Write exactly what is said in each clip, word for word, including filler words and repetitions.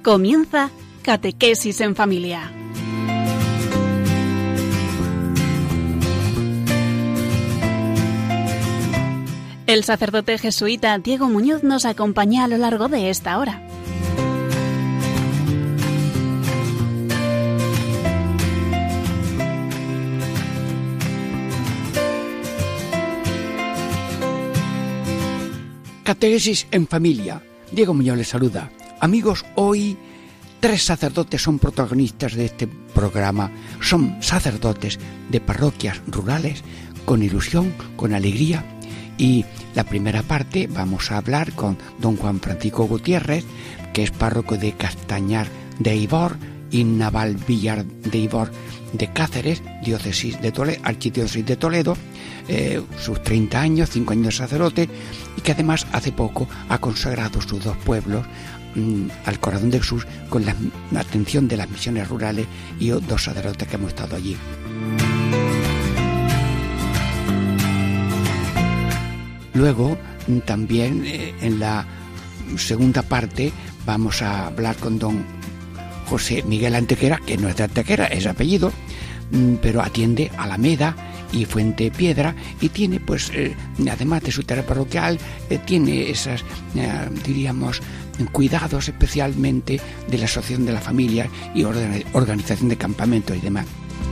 Comienza Catequesis en Familia. El sacerdote jesuita Diego Muñoz nos acompaña a lo largo de esta hora. Catequesis en Familia. Diego Muñoz les saluda. Amigos, hoy tres sacerdotes son protagonistas de este programa. Son sacerdotes de parroquias rurales con ilusión, con alegría. Y la primera parte vamos a hablar con don Juan Francisco Gutiérrez, que es párroco de Castañar de Ibor y Naval Villar de Ibor de Cáceres, diócesis de Toledo, archidiócesis de Toledo, eh, sus treinta años, cinco años de sacerdote, y que además hace poco ha consagrado sus dos pueblos mmm, al corazón de Jesús con la, la atención de las misiones rurales y dos sacerdotes que hemos estado allí. Luego, también eh, en la segunda parte vamos a hablar con don José Miguel Antequera, que no es de Antequera, es apellido, pero atiende Alameda y Fuente Piedra y tiene, pues, eh, además de su tarea parroquial, eh, tiene esas, eh, diríamos, cuidados especialmente de la asociación de la familia y organización de campamentos y demás.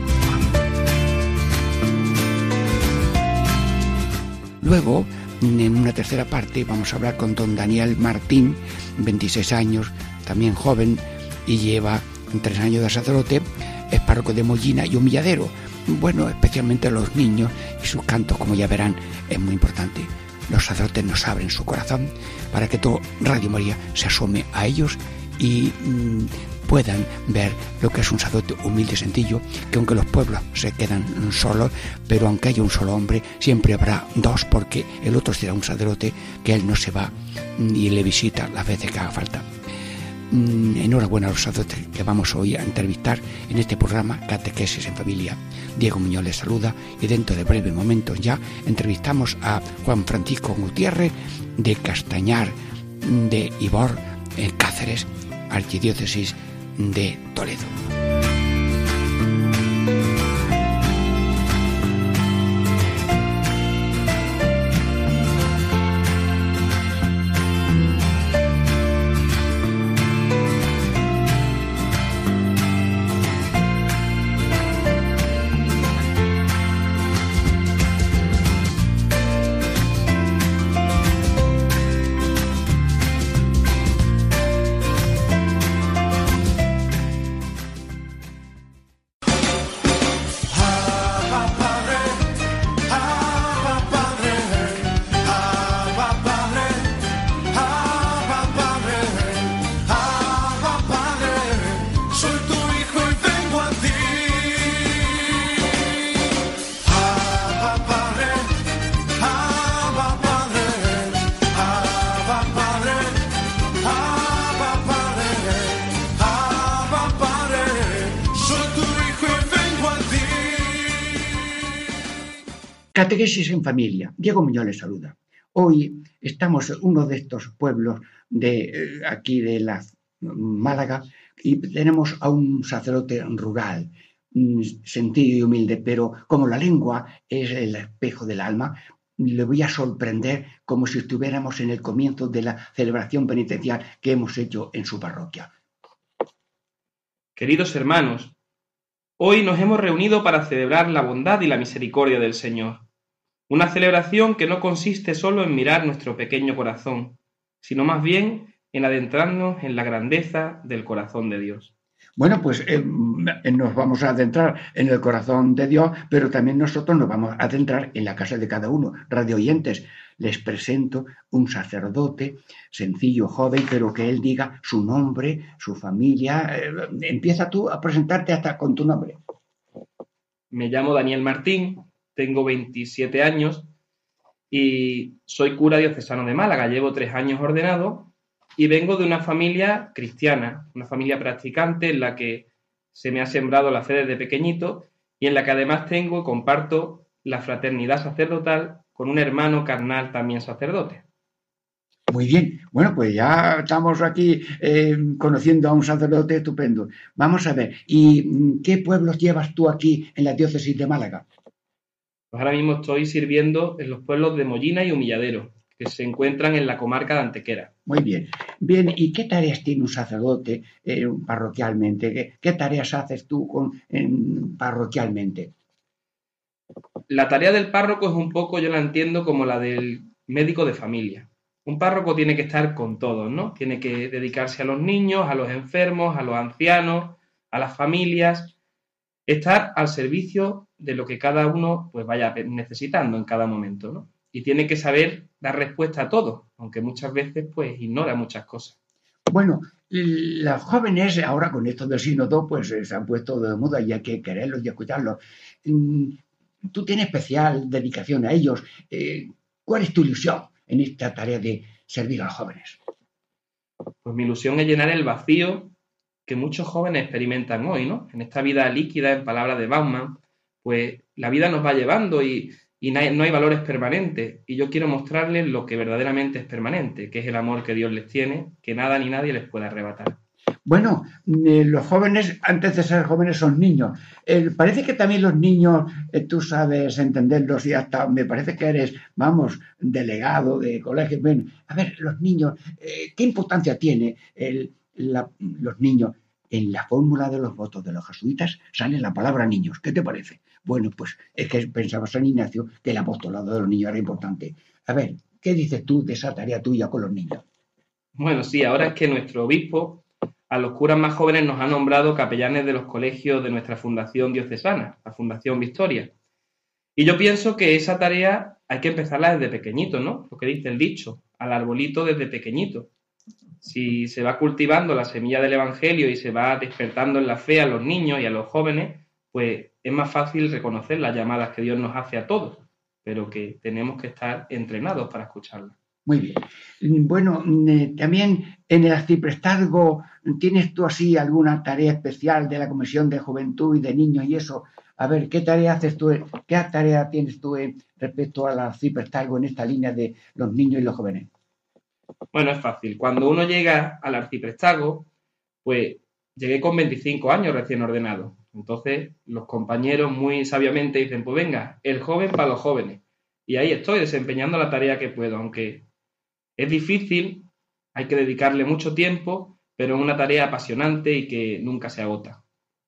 Luego, en una tercera parte, vamos a hablar con don Daniel Martín, veintiséis años, también joven, y lleva tres años de sacerdote, es párroco de Mollina y Humilladero. Bueno, especialmente los niños y sus cantos, como ya verán, es muy importante. Los sacerdotes nos abren su corazón para que todo Radio María se asome a ellos y mmm, puedan ver lo que es un sacerdote humilde y sencillo, que aunque los pueblos se quedan solos, pero aunque haya un solo hombre, siempre habrá dos, porque el otro será un sacerdote que él no se va y le visita las veces que haga falta. Enhorabuena a los sacerdotes que vamos hoy a entrevistar en este programa Catequesis en Familia. Diego Muñoz les saluda y dentro de breves momentos ya entrevistamos a Juan Francisco Gutiérrez de Castañar de Ibor, en Cáceres, archidiócesis de Toledo. Catequesis en Familia. Diego Muñoz les saluda. Hoy estamos en uno de estos pueblos de eh, aquí de la Málaga y tenemos a un sacerdote rural, sencillo y humilde, pero como la lengua es el espejo del alma, le voy a sorprender como si estuviéramos en el comienzo de la celebración penitencial que hemos hecho en su parroquia. Queridos hermanos, hoy nos hemos reunido para celebrar la bondad y la misericordia del Señor. Una celebración que no consiste solo en mirar nuestro pequeño corazón, sino más bien en adentrarnos en la grandeza del corazón de Dios. Bueno, pues eh, nos vamos a adentrar en el corazón de Dios, pero también nosotros nos vamos a adentrar en la casa de cada uno. Radio oyentes, les presento un sacerdote sencillo, joven, pero que él diga su nombre, su familia. Eh, empieza tú a presentarte hasta con tu nombre. Me llamo Daniel Martín, tengo veintisiete años y soy cura diocesano de Málaga. Llevo tres años ordenado y vengo de una familia cristiana, una familia practicante en la que se me ha sembrado la fe desde pequeñito y en la que además tengo y comparto la fraternidad sacerdotal con un hermano carnal también sacerdote. Muy bien. Bueno, pues ya estamos aquí eh, conociendo a un sacerdote estupendo. Vamos a ver, ¿y mm, qué pueblos llevas tú aquí en la diócesis de Málaga? Pues ahora mismo estoy sirviendo en los pueblos de Mollina y Humilladero, que se encuentran en la comarca de Antequera. Muy bien. Bien, ¿y qué tareas tiene un sacerdote eh, parroquialmente? ¿Qué, qué tareas haces tú con, en, parroquialmente? La tarea del párroco es un poco, yo la entiendo como la del médico de familia. Un párroco tiene que estar con todos, ¿no? Tiene que dedicarse a los niños, a los enfermos, a los ancianos, a las familias, estar al servicio de lo que cada uno pues vaya necesitando en cada momento, ¿no? Y tiene que saber dar respuesta a todo, aunque muchas veces pues ignora muchas cosas. Bueno, los jóvenes ahora con esto del sínodo pues eh, se han puesto de moda y hay que quererlos y escucharlos. Mm, Tú tienes especial dedicación a ellos. Eh, ¿Cuál es tu ilusión en esta tarea de servir a los jóvenes? Pues mi ilusión es llenar el vacío que muchos jóvenes experimentan hoy, ¿no? En esta vida líquida, en palabras de Bauman, pues la vida nos va llevando y, y no, hay, no hay valores permanentes. Y yo quiero mostrarles lo que verdaderamente es permanente, que es el amor que Dios les tiene, que nada ni nadie les puede arrebatar. Bueno, eh, los jóvenes, antes de ser jóvenes, son niños. Eh, parece que también los niños, eh, tú sabes entenderlos y hasta me parece que eres, vamos, delegado de colegio. Bueno, a ver, los niños, eh, ¿qué importancia tiene el, la, los niños? En la fórmula de los votos de los jesuitas sale la palabra niños. ¿Qué te parece? Bueno, pues es que pensaba San Ignacio que el apostolado de los niños era importante. A ver, ¿qué dices tú de esa tarea tuya con los niños? Bueno, sí, ahora es que nuestro obispo a los curas más jóvenes nos ha nombrado capellanes de los colegios de nuestra fundación diocesana, la Fundación Victoria. Y yo pienso que esa tarea hay que empezarla desde pequeñito, ¿no? Lo que dice el dicho, al arbolito desde pequeñito. Si se va cultivando la semilla del Evangelio y se va despertando en la fe a los niños y a los jóvenes, pues es más fácil reconocer las llamadas que Dios nos hace a todos, pero que tenemos que estar entrenados para escucharlas. Muy bien. Bueno, eh, también en el arciprestazgo, ¿tienes tú así alguna tarea especial de la Comisión de Juventud y de Niños y eso? A ver, ¿qué tarea haces tú? ¿Qué tarea tienes tú eh, respecto al arciprestazgo en esta línea de los niños y los jóvenes? Bueno, es fácil. Cuando uno llega al arciprestago, pues llegué con veinticinco años recién ordenado. Entonces, los compañeros muy sabiamente dicen, pues venga, el joven para los jóvenes. Y ahí estoy desempeñando la tarea que puedo, aunque es difícil, hay que dedicarle mucho tiempo, pero es una tarea apasionante y que nunca se agota.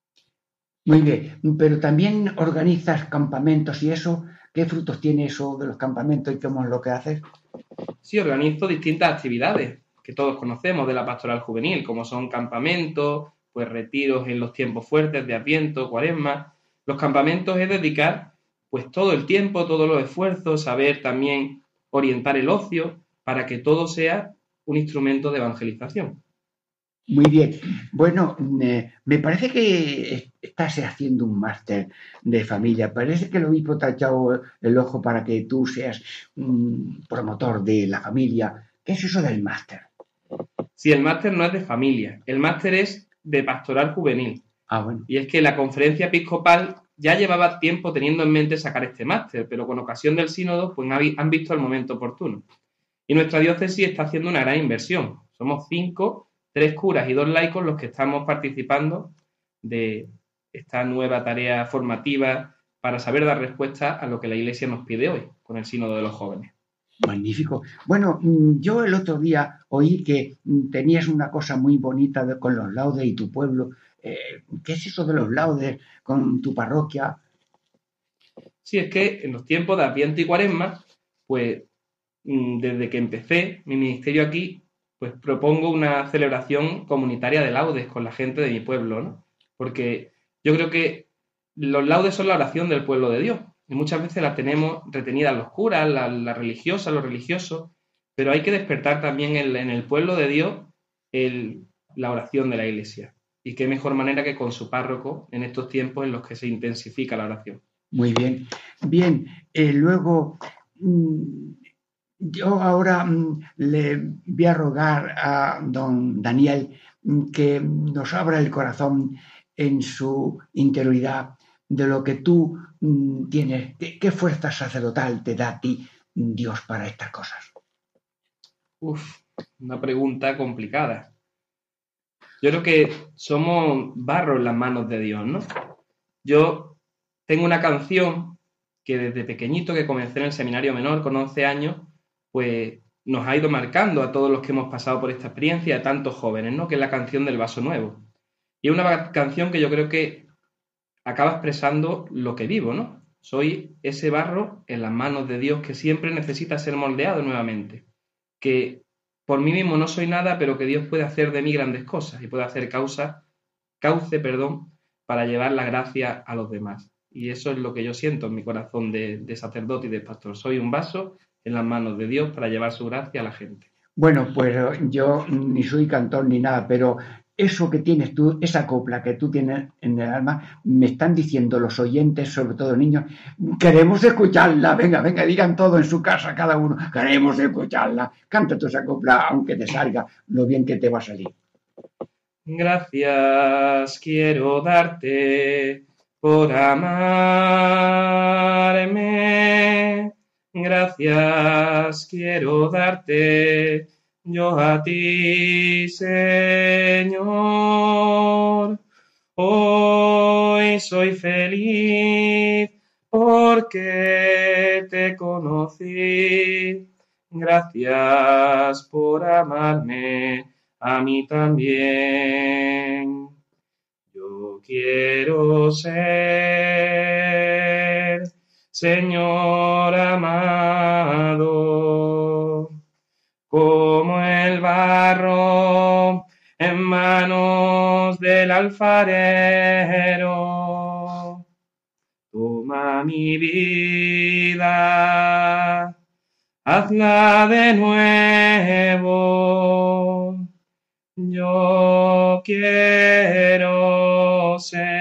Muy bien, pero también organizas campamentos y eso, ¿qué frutos tiene eso de los campamentos y cómo es lo que haces? Sí, organizo distintas actividades que todos conocemos de la pastoral juvenil, como son campamentos, pues retiros en los tiempos fuertes de Adviento, Cuaresma. Los campamentos es dedicar pues todo el tiempo, todos los esfuerzos, saber también orientar el ocio para que todo sea un instrumento de evangelización. Muy bien. Bueno, eh, me parece que estás haciendo un máster de familia. Parece que el obispo te ha echado el ojo para que tú seas un promotor de la familia. ¿Qué es eso del máster? Sí, el máster no es de familia, el máster es de pastoral juvenil. Ah, bueno. Y es que la conferencia episcopal ya llevaba tiempo teniendo en mente sacar este máster, pero con ocasión del sínodo pues han visto el momento oportuno. Y nuestra diócesis está haciendo una gran inversión. Somos cinco, tres curas y dos laicos los que estamos participando de esta nueva tarea formativa para saber dar respuesta a lo que la Iglesia nos pide hoy con el sínodo de los jóvenes. Magnífico. Bueno, yo el otro día oí que tenías una cosa muy bonita de, con los laudes y tu pueblo. Eh, ¿Qué es eso de los laudes con tu parroquia? Sí, es que en los tiempos de Adviento y Cuaresma, pues desde que empecé mi ministerio aquí, pues propongo una celebración comunitaria de laudes con la gente de mi pueblo, ¿no? Porque yo creo que los laudes son la oración del pueblo de Dios y muchas veces la tenemos retenida los curas, la, la religiosa, los religiosos, pero hay que despertar también en, en el pueblo de Dios el, la oración de la Iglesia. Y qué mejor manera que con su párroco en estos tiempos en los que se intensifica la oración. Muy bien. Bien, eh, luego... Mmm, Yo ahora mm, le voy a rogar a don Daniel mm, que nos abra el corazón en su interioridad de lo que tú mm, tienes. ¿Qué, ¿Qué fuerza sacerdotal te da a ti Dios para estas cosas? Uf, una pregunta complicada. Yo creo que somos barro en las manos de Dios, ¿no? Yo tengo una canción que desde pequeñito, que comencé en el seminario menor con once años, pues nos ha ido marcando a todos los que hemos pasado por esta experiencia, a tantos jóvenes, ¿no? Que es la canción del vaso nuevo. Y es una canción que yo creo que acaba expresando lo que vivo, ¿no? Soy ese barro en las manos de Dios que siempre necesita ser moldeado nuevamente. Que por mí mismo no soy nada, pero que Dios puede hacer de mí grandes cosas y puede hacer causa, cauce, perdón, para llevar la gracia a los demás. Y eso es lo que yo siento en mi corazón de, de sacerdote y de pastor. Soy un vaso en las manos de Dios para llevar su gracia a la gente. Bueno, pues yo ni soy cantor ni nada, pero eso que tienes tú, esa copla que tú tienes en el alma, me están diciendo los oyentes, sobre todo niños, queremos escucharla, venga, venga, digan todo en su casa cada uno, queremos escucharla, canta tú esa copla, aunque te salga lo bien que te va a salir. Gracias quiero darte por amarme, gracias quiero darte yo a ti, Señor. Hoy soy feliz porque te conocí. Gracias por amarme a mí también. Yo quiero ser, Señor amado, como el barro en manos del alfarero. Toma mi vida, hazla de nuevo. Yo quiero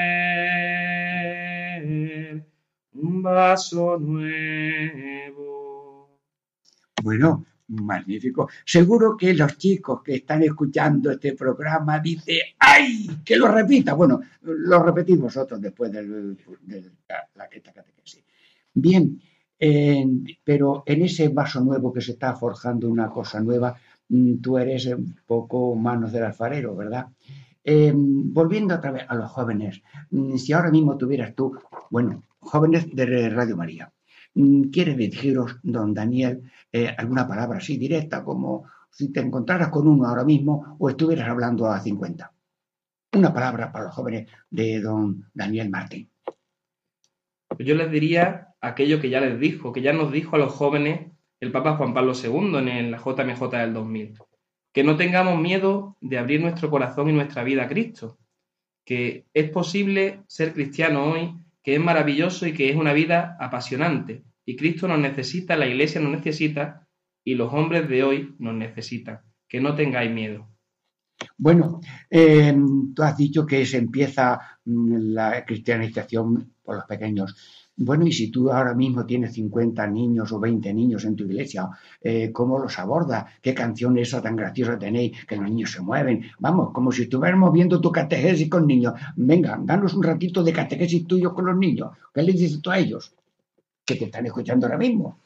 ser un vaso nuevo. Bueno, magnífico. Seguro que los chicos que están escuchando este programa dicen, ¡ay! Que lo repita. Bueno, lo repetís vosotros después de la catequesis. Bien, eh, pero en ese vaso nuevo que se está forjando una cosa nueva, tú eres un poco manos del alfarero, ¿verdad? Eh, volviendo otra vez a los jóvenes, si ahora mismo tuvieras tú, bueno, jóvenes de Radio María, ¿quieres dirigiros, don Daniel, eh, alguna palabra así directa, como si te encontraras con uno ahora mismo o estuvieras hablando a cincuenta? Una palabra para los jóvenes de don Daniel Martín. Yo les diría aquello que ya les dijo, que ya nos dijo a los jóvenes el Papa Juan Pablo segundo en la J M J del dos mil. Que no tengamos miedo de abrir nuestro corazón y nuestra vida a Cristo. Que es posible ser cristiano hoy, que es maravilloso y que es una vida apasionante. Y Cristo nos necesita, la Iglesia nos necesita y los hombres de hoy nos necesitan. Que no tengáis miedo. Bueno, eh, tú has dicho que se empieza la cristianización por los pequeños. Bueno, y si tú ahora mismo tienes cincuenta niños o veinte niños en tu iglesia, eh, ¿cómo los abordas? ¿Qué canción esa tan graciosa tenéis? Que los niños se mueven. Vamos, como si estuviéramos viendo tu catequesis con niños. Venga, danos un ratito de catequesis tuyo con los niños. ¿Qué les dices tú a ellos? Que te están escuchando ahora mismo.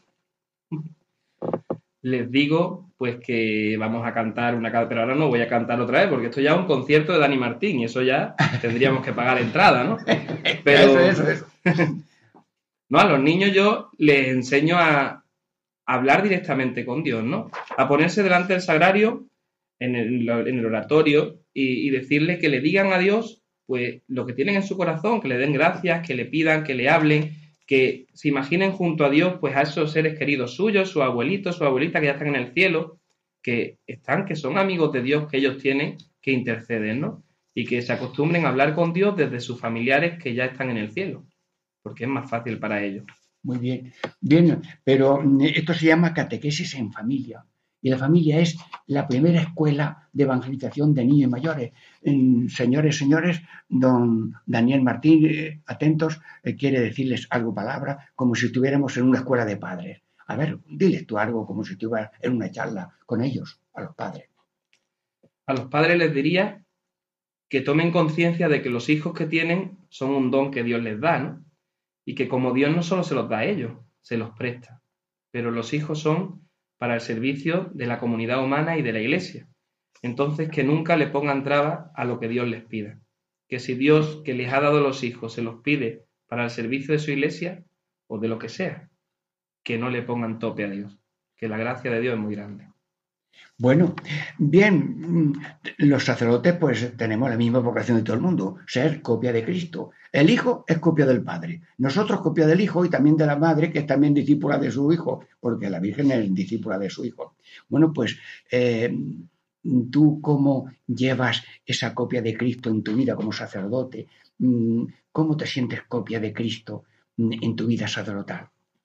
Les digo, pues, que vamos a cantar una canción, pero ahora no voy a cantar otra vez, porque esto ya es un concierto de Dani Martín, y eso ya tendríamos que pagar entrada, ¿no? Pero... Eso, eso, eso. No, a los niños yo les enseño a hablar directamente con Dios, ¿no? A ponerse delante del sagrario, en el, en el oratorio, y, y decirle que le digan a Dios, pues, lo que tienen en su corazón, que le den gracias, que le pidan, que le hablen, que se imaginen junto a Dios, pues, a esos seres queridos suyos, sus abuelitos, sus abuelitas que ya están en el cielo, que están, que son amigos de Dios, que ellos tienen, que interceden, ¿no? Y que se acostumbren a hablar con Dios desde sus familiares que ya están en el cielo, porque es más fácil para ellos. Muy bien, bien, pero esto se llama catequesis en familia. Y la familia es la primera escuela de evangelización de niños y mayores. Señores, señores, don Daniel Martín, eh, atentos, eh, quiere decirles algo, palabra, como si estuviéramos en una escuela de padres. A ver, diles tú algo como si estuvieras en una charla con ellos, a los padres. A los padres les diría que tomen conciencia de que los hijos que tienen son un don que Dios les da, ¿no? Y que como Dios no solo se los da a ellos, se los presta. Pero los hijos son para el servicio de la comunidad humana y de la Iglesia. Entonces, que nunca le pongan trabas a lo que Dios les pida. Que si Dios, que les ha dado los hijos, se los pide para el servicio de su Iglesia o de lo que sea, que no le pongan tope a Dios, que la gracia de Dios es muy grande. Bueno, bien, los sacerdotes pues tenemos la misma vocación de todo el mundo, ser copia de Cristo. El Hijo es copia del Padre, nosotros copia del Hijo y también de la Madre, que es también discípula de su Hijo, porque la Virgen es discípula de su Hijo. Bueno, pues eh, tú cómo llevas esa copia de Cristo en tu vida como sacerdote, ¿cómo te sientes copia de Cristo en tu vida sacerdotal?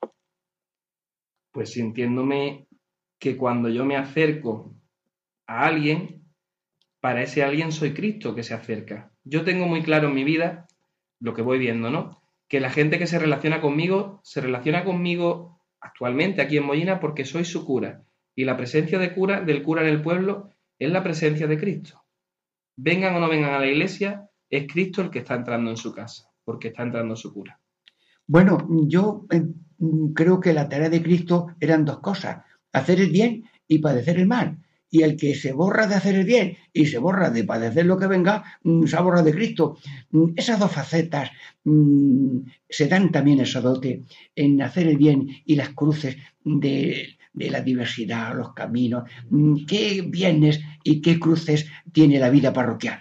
Pues sintiéndome que cuando yo me acerco a alguien, para ese alguien soy Cristo que se acerca. Yo tengo muy claro en mi vida lo que voy viendo, ¿no? Que la gente que se relaciona conmigo, se relaciona conmigo actualmente aquí en Mollina porque soy su cura. Y la presencia de cura, del cura en el pueblo es la presencia de Cristo. Vengan o no vengan a la iglesia, es Cristo el que está entrando en su casa, porque está entrando su cura. Bueno, yo eh, creo que la tarea de Cristo eran dos cosas: hacer el bien y padecer el mal. Y el que se borra de hacer el bien y se borra de padecer lo que venga, se borra de Cristo. Esas dos facetas mmm, se dan también esa dote en hacer el bien y las cruces de, de la diversidad, los caminos. ¿Qué bienes y qué cruces tiene la vida parroquial?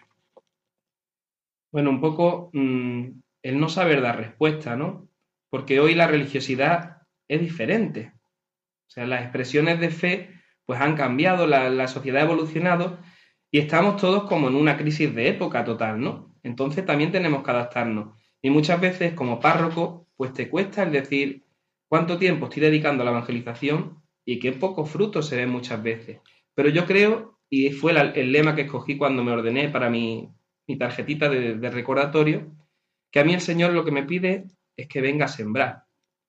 Bueno, un poco mmm, el no saber dar respuesta, ¿no? Porque hoy la religiosidad es diferente. O sea, las expresiones de fe pues han cambiado, la, la sociedad ha evolucionado y estamos todos como en una crisis de época total, ¿no? Entonces también tenemos que adaptarnos. Y muchas veces como párroco pues te cuesta el decir cuánto tiempo estoy dedicando a la evangelización y qué pocos frutos se ven muchas veces. Pero yo creo, y fue la, el lema que escogí cuando me ordené para mi, mi tarjetita de, de recordatorio, que a mí el Señor lo que me pide es que venga a sembrar.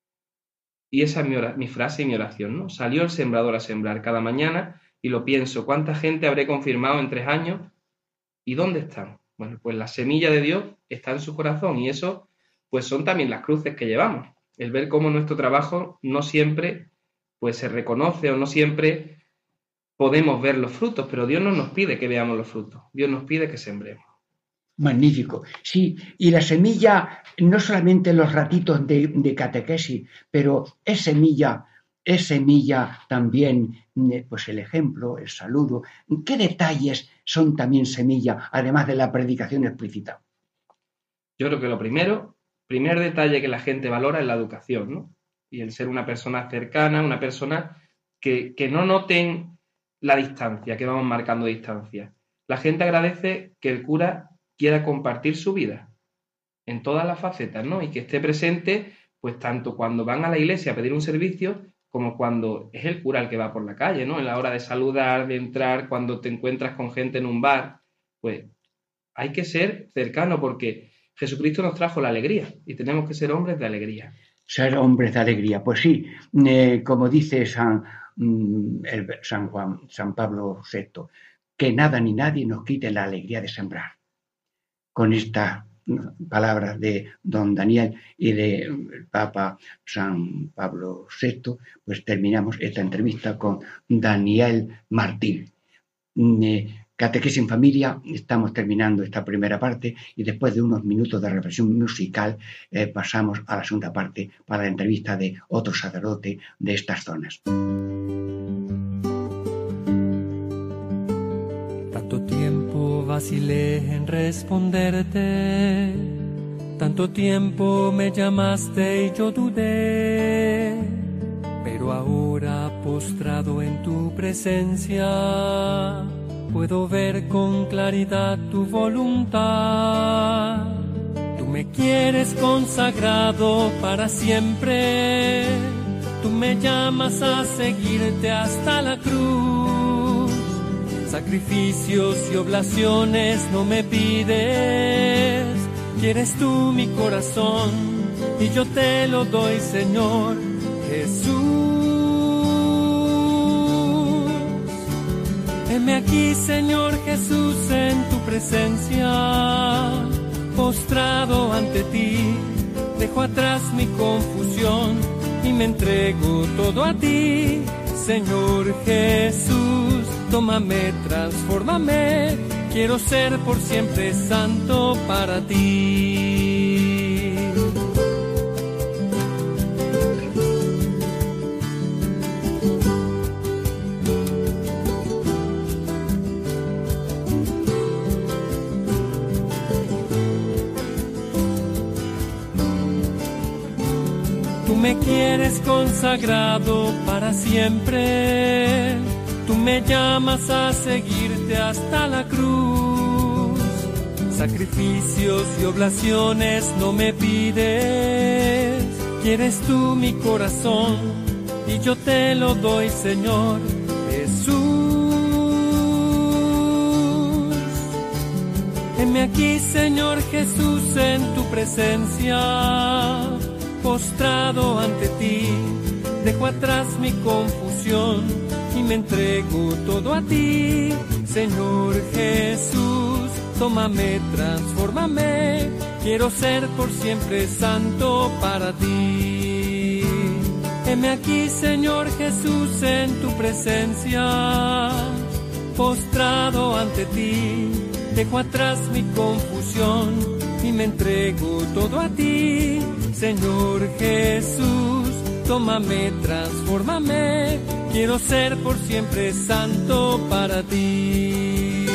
Y esa es mi, ora, mi frase y mi oración, ¿no? Salió el sembrador a sembrar cada mañana y lo pienso, ¿cuánta gente habré confirmado en tres años? ¿Y dónde están? Bueno, pues la semilla de Dios está en su corazón y eso pues son también las cruces que llevamos. El ver cómo nuestro trabajo no siempre pues se reconoce o no siempre podemos ver los frutos, pero Dios no nos pide que veamos los frutos, Dios nos pide que sembremos. Magnífico, sí, y la semilla, no solamente los ratitos de, de catequesis, pero es semilla, es semilla también, pues el ejemplo, el saludo. ¿Qué detalles son también semilla, además de la predicación explícita? Yo creo que lo primero, primer detalle que la gente valora es la educación, ¿no? Y el ser una persona cercana, una persona que, que no noten la distancia, que vamos marcando distancia. La gente agradece que el cura quiera compartir su vida en todas las facetas, ¿no? Y que esté presente, pues tanto cuando van a la iglesia a pedir un servicio, como cuando es el cura el que va por la calle, ¿no? En la hora de saludar, de entrar, cuando te encuentras con gente en un bar, pues hay que ser cercano porque Jesucristo nos trajo la alegría y tenemos que ser hombres de alegría. Ser hombres de alegría, pues sí, eh, como dice San, el, San Juan, San Pablo sexto, que nada ni nadie nos quite la alegría de sembrar. Con estas palabras de don Daniel y del Papa San Pablo sexto, pues terminamos esta entrevista con Daniel Martín. Catequesis en familia, estamos terminando esta primera parte y después de unos minutos de reflexión musical eh, pasamos a la segunda parte para la entrevista de otro sacerdote de estas zonas. Tanto tiempo vacilé en responderte, tanto tiempo me llamaste y yo dudé, pero ahora postrado en tu presencia puedo ver con claridad tu voluntad. Tú me quieres consagrado para siempre, tú me llamas a seguirte hasta la cruz. Sacrificios y oblaciones no me pides, quieres tú mi corazón y yo te lo doy, Señor Jesús. Heme aquí, Señor Jesús, en tu presencia, postrado ante ti, dejo atrás mi confusión y me entrego todo a ti, Señor Jesús, tómame, transfórmame, quiero ser por siempre santo para ti. Tú me quieres consagrado para siempre, tú me llamas a seguirte hasta la cruz. Sacrificios y oblaciones no me pides, quieres tú mi corazón y yo te lo doy, Señor Jesús. Heme aquí, Señor Jesús, en tu presencia, postrado ante ti, dejo atrás mi confusión y me entrego todo a ti, Señor Jesús, tómame, transfórmame, quiero ser por siempre santo para ti. Heme aquí, Señor Jesús, en tu presencia, postrado ante ti, dejo atrás mi confusión y me entrego todo a ti, Señor Jesús, tómame, transfórmame, quiero ser por siempre santo para ti.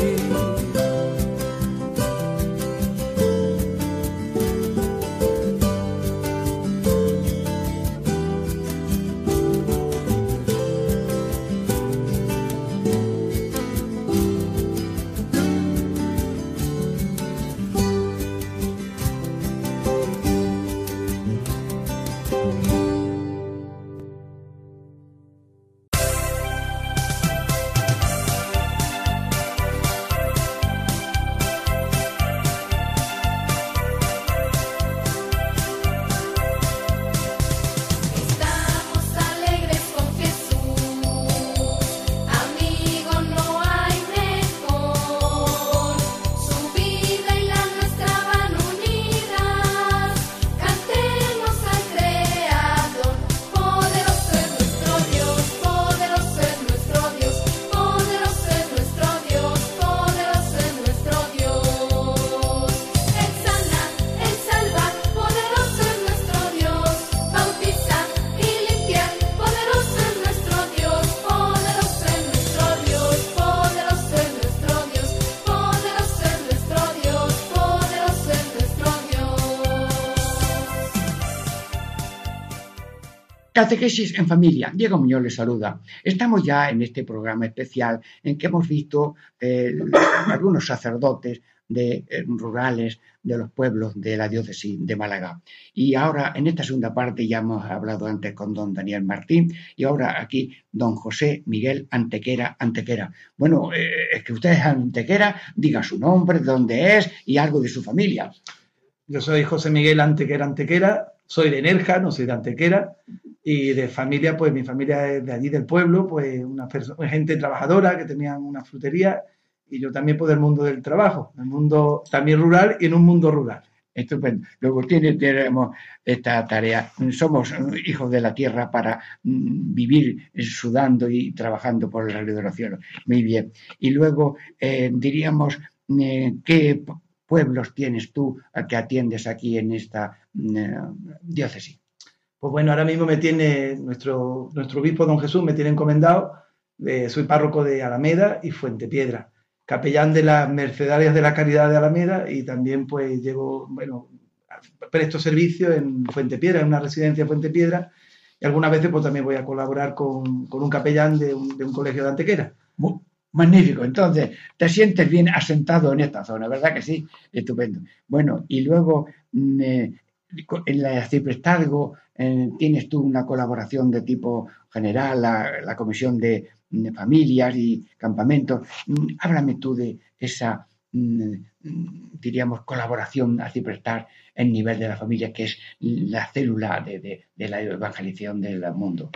Catequesis en familia. Diego Muñoz les saluda. Estamos ya en este programa especial en que hemos visto eh, algunos sacerdotes de, eh, rurales de los pueblos de la diócesis de Málaga. Y ahora, en esta segunda parte, ya hemos hablado antes con don Daniel Martín y ahora aquí don José Miguel Antequera Antequera. Bueno, eh, es que usted es Antequera, diga su nombre, dónde es y algo de su familia. Yo soy José Miguel Antequera Antequera, soy de Nerja, no soy de Antequera. Y de familia, pues mi familia es de allí del pueblo, pues una persona, gente trabajadora que tenían una frutería y yo también pues del mundo del trabajo, del mundo también rural y en un mundo rural. Estupendo. Luego tiene, tenemos esta tarea. Somos hijos de la tierra para mm, vivir sudando y trabajando por el reino de los cielos. Muy bien. Y luego eh, diríamos eh, qué pueblos tienes tú a que atiendes aquí en esta eh, diócesis. Pues bueno, ahora mismo me tiene nuestro, nuestro obispo don Jesús, me tiene encomendado, eh, soy párroco de Alameda y Fuentepiedra, capellán de las Mercedarias de la Caridad de Alameda y también pues llevo, bueno, presto servicio en Fuentepiedra, en una residencia de Fuentepiedra y algunas veces pues también voy a colaborar con, con un capellán de un, de un colegio de Antequera. Magnífico, entonces te sientes bien asentado en esta zona, ¿verdad que sí? Estupendo. Bueno, y luego eh, en la Ciprestalgo eh, tienes tú una colaboración de tipo general, la, la comisión de, de familias y campamentos. Mm, háblame tú de esa, mm, diríamos, colaboración a Ciprestar en nivel de la familia, que es la célula de, de, de la evangelización del mundo.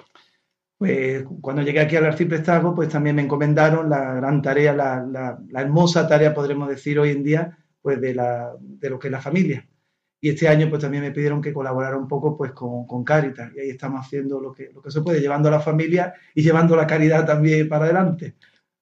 Pues cuando llegué aquí al arciprestazgo, pues también me encomendaron la gran tarea, la, la, la hermosa tarea, podremos decir hoy en día, pues de, la, de lo que es la familia. Y este año pues también me pidieron que colaborara un poco pues con, con Cáritas, y ahí estamos haciendo lo que, lo que se puede, llevando a la familia y llevando la caridad también para adelante.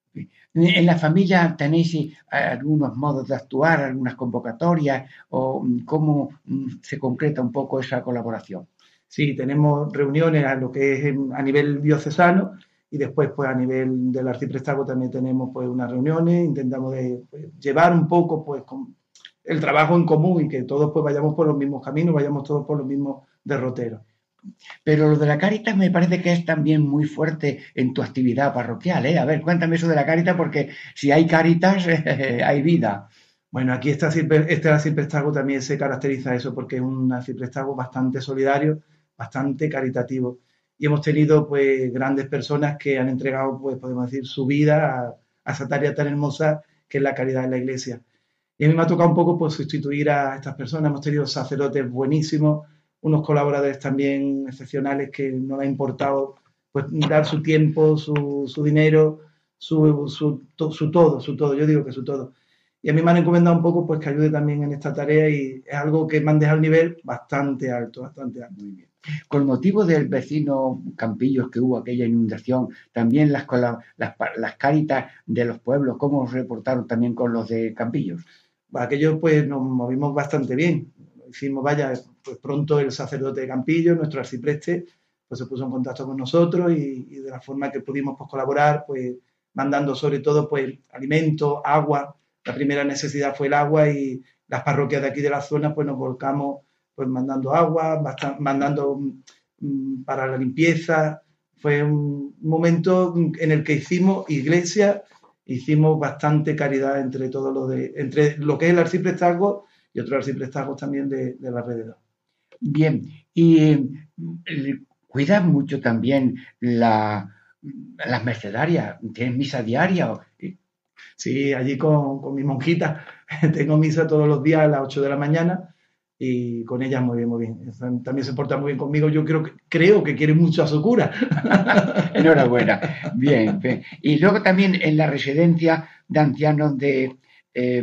¿En la familia tenéis algunos modos de actuar, algunas convocatorias, o cómo se concreta un poco esa colaboración? Sí, tenemos reuniones a lo que es a nivel diocesano, y después pues a nivel del arciprestazgo también tenemos pues unas reuniones, intentamos de, pues, llevar un poco pues con el trabajo en común y que todos pues vayamos por los mismos caminos, vayamos todos por los mismos derroteros. Pero lo de la Cáritas me parece que es también muy fuerte en tu actividad parroquial, ¿eh? A ver, cuéntame eso de la Cáritas, porque si hay Cáritas, eh, hay vida. Bueno, aquí este, este arciprestazgo también se caracteriza eso, porque es un arciprestazgo bastante solidario, bastante caritativo. Y hemos tenido pues grandes personas que han entregado, pues podemos decir, su vida a, a esa tarea tan hermosa que es la caridad en la Iglesia. Y a mí me ha tocado un poco pues sustituir a estas personas. Hemos tenido sacerdotes buenísimos, unos colaboradores también excepcionales que no les ha importado pues dar su tiempo, su, su dinero, su, su, to, su todo, su todo, yo digo que su todo. Y a mí me han encomendado un poco pues que ayude también en esta tarea, y es algo que me han dejado el nivel bastante alto, bastante alto. Muy bien. Con motivo del vecino Campillos que hubo aquella inundación, también las, las, las Cáritas de los pueblos, ¿cómo os reportaron también con los de Campillos? Aquello pues nos movimos bastante bien. Hicimos, vaya, pues pronto el sacerdote de Campillos, nuestro arcipreste, pues se puso en contacto con nosotros, y, y de la forma que pudimos pues colaborar, pues mandando sobre todo pues alimentos, agua. La primera necesidad fue el agua, y las parroquias de aquí de la zona pues nos volcamos pues mandando agua, mandando um, para la limpieza. Fue un momento en el que hicimos iglesia, hicimos bastante caridad entre todos los de, entre lo que es el arciprestazgo y otros arciprestazgos también de, del alrededor. Bien, y eh, cuidas mucho también la, las mercedarias, ¿tienes misa diaria? Sí, allí con, con mi monjita tengo misa todos los días a las ocho de la mañana, y con ella muy bien, muy bien. También se porta muy bien conmigo. Yo creo que, creo que quiere mucho a su cura. Enhorabuena. Bien, bien. Y luego también en la residencia de ancianos de, eh,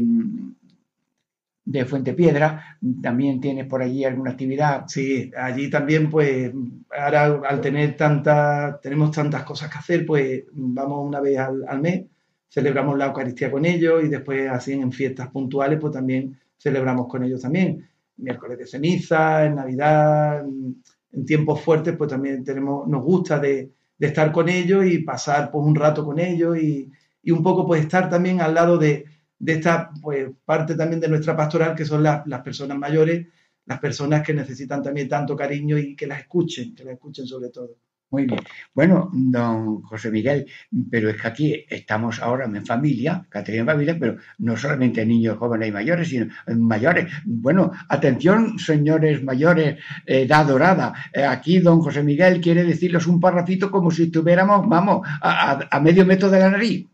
de Fuentepiedra, también tienes por allí alguna actividad. Sí, allí también, pues, ahora al tener tantas, tenemos tantas cosas que hacer, pues vamos una vez al, al mes, celebramos la Eucaristía con ellos, y después así en fiestas puntuales, pues también celebramos con ellos también. Miércoles de ceniza, en Navidad, en tiempos fuertes, pues también tenemos, nos gusta de, de estar con ellos y pasar pues un rato con ellos, y, y un poco pues estar también al lado de, de esta pues parte también de nuestra pastoral, que son las, las personas mayores, las personas que necesitan también tanto cariño, y que las escuchen, que las escuchen sobre todo. Muy bien. Bueno, don José Miguel, pero es que aquí estamos ahora en familia, Caterina en familia, pero no solamente niños, jóvenes y mayores, sino mayores. Bueno, atención, señores mayores, eh, edad dorada. Eh, aquí don José Miguel quiere decirles un parrafito como si estuviéramos, vamos, a, a, a medio metro de la nariz.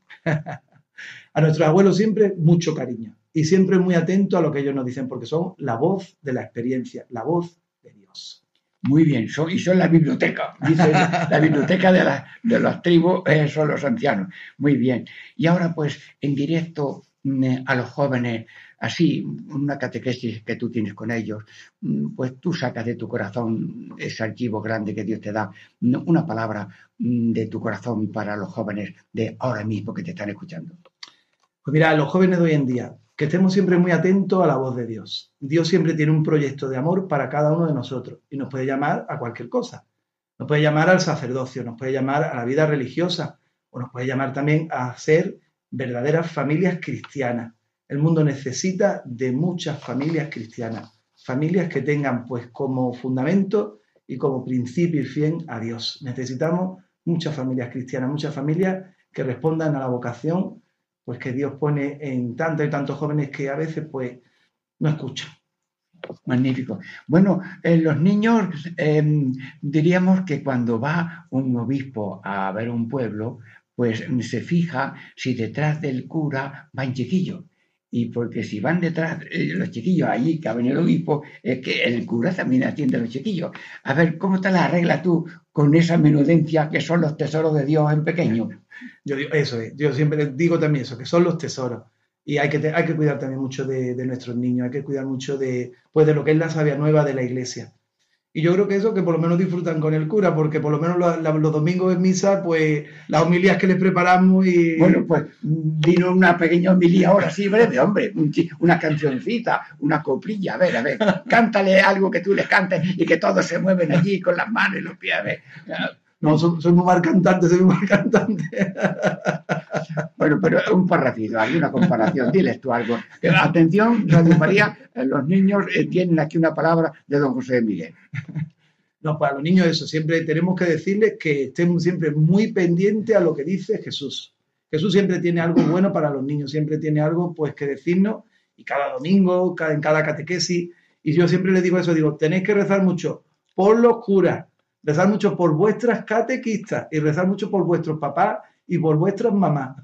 A nuestros abuelos siempre mucho cariño, y siempre muy atento a lo que ellos nos dicen, porque son la voz de la experiencia, la voz de Dios. Muy bien, son, y son la biblioteca, dice la biblioteca de, la, de las tribus, eh, son los ancianos. Muy bien. Y ahora pues en directo mm, a los jóvenes, así, una catequesis que tú tienes con ellos, mm, pues tú sacas de tu corazón ese archivo grande que Dios te da, una palabra mm, de tu corazón para los jóvenes de ahora mismo que te están escuchando. Pues mira, los jóvenes de hoy en día, que estemos siempre muy atentos a la voz de Dios. Dios siempre tiene un proyecto de amor para cada uno de nosotros, y nos puede llamar a cualquier cosa. Nos puede llamar al sacerdocio, nos puede llamar a la vida religiosa, o nos puede llamar también a ser verdaderas familias cristianas. El mundo necesita de muchas familias cristianas, familias que tengan pues como fundamento y como principio y fin a Dios. Necesitamos muchas familias cristianas, muchas familias que respondan a la vocación pues que Dios pone en tantos y tantos jóvenes que a veces pues no escuchan. Magnífico. Bueno, eh, los niños eh, diríamos que cuando va un obispo a ver un pueblo, pues se fija si detrás del cura van chiquillos. Y porque si van detrás eh, los chiquillos allí que ha venido el obispo, es que el cura también atiende a los chiquillos. A ver, ¿cómo te la arreglas tú con esa menudencia que son los tesoros de Dios en pequeño? Yo digo, eso es, yo siempre digo también eso, que son los tesoros. Y hay que, te, hay que cuidar también mucho de, de nuestros niños, hay que cuidar mucho de, pues, de lo que es la savia nueva de la iglesia. Y yo creo que eso, que por lo menos disfrutan con el cura, porque por lo menos los, los domingos en misa, pues las homilías que les preparamos y... Bueno, pues vino una pequeña homilía ahora sí breve, hombre, un, una cancioncita, una coplilla, a ver, a ver, cántale algo que tú les cantes y que todos se mueven allí con las manos y los pies, a ver. No, soy, soy muy mal cantante, soy muy mal cantante. Bueno, pero un parrafito, hay una comparación, diles tú algo. Atención, Radio María, los niños eh, tienen aquí una palabra de don José Miguel. No, para los niños eso, siempre tenemos que decirles que estén siempre muy pendientes a lo que dice Jesús. Jesús siempre tiene algo bueno para los niños, siempre tiene algo pues que decirnos, y cada domingo, cada, en cada catequesis, y yo siempre les digo eso, digo, tenéis que rezar mucho por los curas, rezar mucho por vuestras catequistas y rezar mucho por vuestros papás y por vuestras mamás.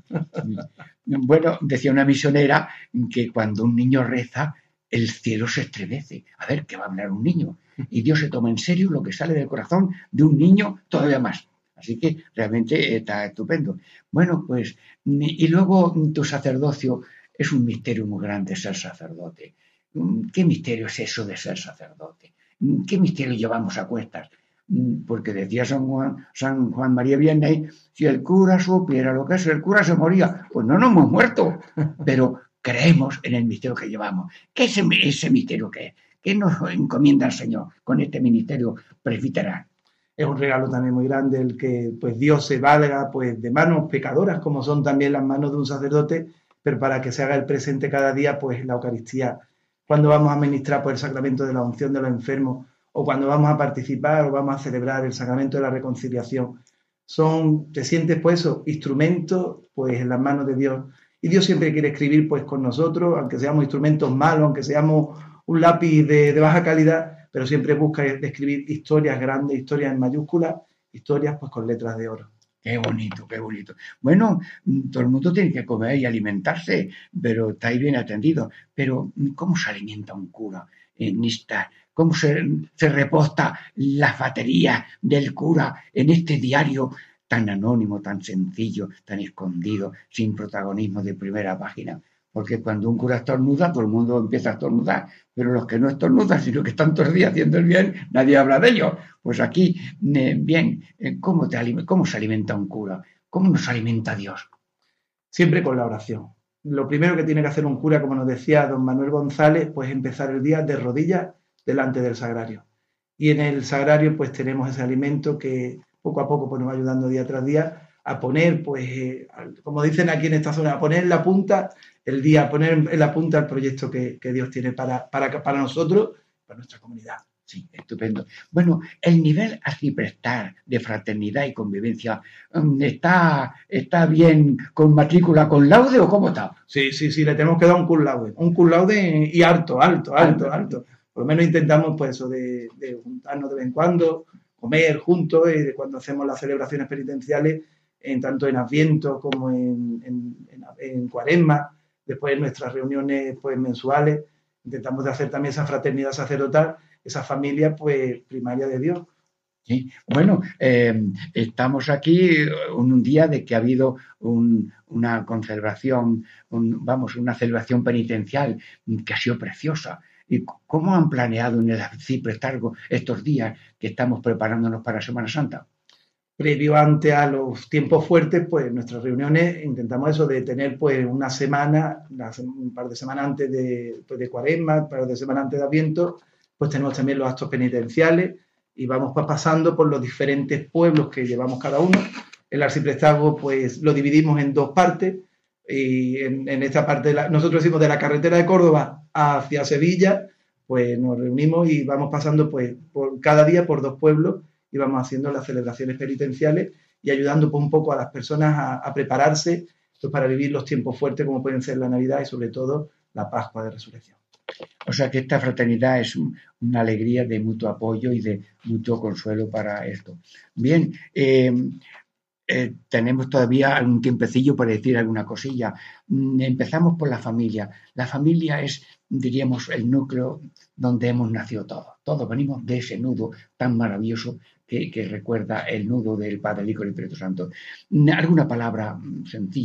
Bueno, decía una misionera que cuando un niño reza, el cielo se estremece. A ver, ¿qué va a hablar un niño? Y Dios se toma en serio lo que sale del corazón de un niño todavía más. Así que realmente está estupendo. Bueno, pues, y luego tu sacerdocio es un misterio muy grande ser sacerdote. ¿Qué misterio es eso de ser sacerdote? ¿Qué misterio llevamos a cuestas? Porque decía San Juan, San Juan María Vianney, si el cura supiera lo que es, el cura se moría. Pues no nos hemos muerto, pero creemos en el misterio que llevamos. ¿Qué es ese misterio que es? ¿Qué nos encomienda el Señor con este ministerio presbiteral? Es un regalo también muy grande el que pues Dios se valga pues de manos pecadoras, como son también las manos de un sacerdote, pero para que se haga el presente cada día, pues la Eucaristía, cuando vamos a ministrar pues, el sacramento de la unción de los enfermos, o cuando vamos a participar o vamos a celebrar el sacramento de la reconciliación. Son, te sientes pues eso, instrumentos pues en las manos de Dios. Y Dios siempre quiere escribir pues con nosotros, aunque seamos instrumentos malos, aunque seamos un lápiz de, de baja calidad, pero siempre busca escribir historias grandes, historias en mayúsculas, historias pues con letras de oro. Qué bonito, qué bonito. Bueno, todo el mundo tiene que comer y alimentarse, pero estáis bien atendidos. Pero, ¿cómo se alimenta un cura en esta? ¿Cómo se, se reposta las baterías del cura en este diario tan anónimo, tan sencillo, tan escondido, sin protagonismo de primera página? Porque cuando un cura estornuda, todo el mundo empieza a estornudar, pero los que no estornudan, sino que están todos los días haciendo el bien, nadie habla de ellos. Pues aquí, eh, bien, ¿cómo, te, ¿cómo se alimenta un cura? ¿Cómo nos alimenta Dios? Siempre con la oración. Lo primero que tiene que hacer un cura, como nos decía don Manuel González, pues empezar el día de rodillas delante del sagrario. Y en el sagrario pues tenemos ese alimento que poco a poco pues, nos va ayudando día tras día a poner, pues, eh, como dicen aquí en esta zona, a poner en la punta el día, a poner en la punta el proyecto que, que Dios tiene para, para, para nosotros, para nuestra comunidad. Sí, estupendo. Bueno, el nivel arciprestal de fraternidad y convivencia, ¿está, está bien con matrícula con laude o cómo está? Sí, sí, sí, le tenemos que dar un cum laude, un cum laude y alto, alto, alto, alto. Por lo menos intentamos, pues, eso de, de juntarnos de vez en cuando, comer juntos, y de cuando hacemos las celebraciones penitenciales, en tanto en Adviento como en, en, en, en Cuaresma, después en nuestras reuniones pues, mensuales, intentamos de hacer también esa fraternidad sacerdotal, esa familia pues primaria de Dios. Sí. Bueno, eh, estamos aquí en un día de que ha habido un, una conservación, un, vamos, una celebración penitencial que ha sido preciosa. ¿Y cómo han planeado en el arciprestargo estos días que estamos preparándonos para Semana Santa? Previo antes a los tiempos fuertes, pues en nuestras reuniones intentamos eso de tener pues una semana, un par de semanas antes de, pues, de Cuaresma, un par de semanas antes de Adviento, pues tenemos también los actos penitenciales y vamos pues, pasando por los diferentes pueblos que llevamos cada uno. El arciprestazgo pues lo dividimos en dos partes y en, en esta parte, de la, nosotros decimos de la carretera de Córdoba hacia Sevilla, pues nos reunimos y vamos pasando pues por cada día por dos pueblos y vamos haciendo las celebraciones penitenciales y ayudando pues, un poco a las personas a, a prepararse pues, para vivir los tiempos fuertes como pueden ser la Navidad y sobre todo la Pascua de Resurrección. O sea que esta fraternidad es un, una alegría de mutuo apoyo y de mutuo consuelo para esto. Bien, eh, eh, tenemos todavía un tiempecillo para decir alguna cosilla. Mm, empezamos por la familia. La familia es, diríamos, el núcleo donde hemos nacido todos. Todos venimos de ese nudo tan maravilloso que, que recuerda el nudo del Padre, el Hijo y el Espíritu Santo. ¿Alguna palabra sencilla,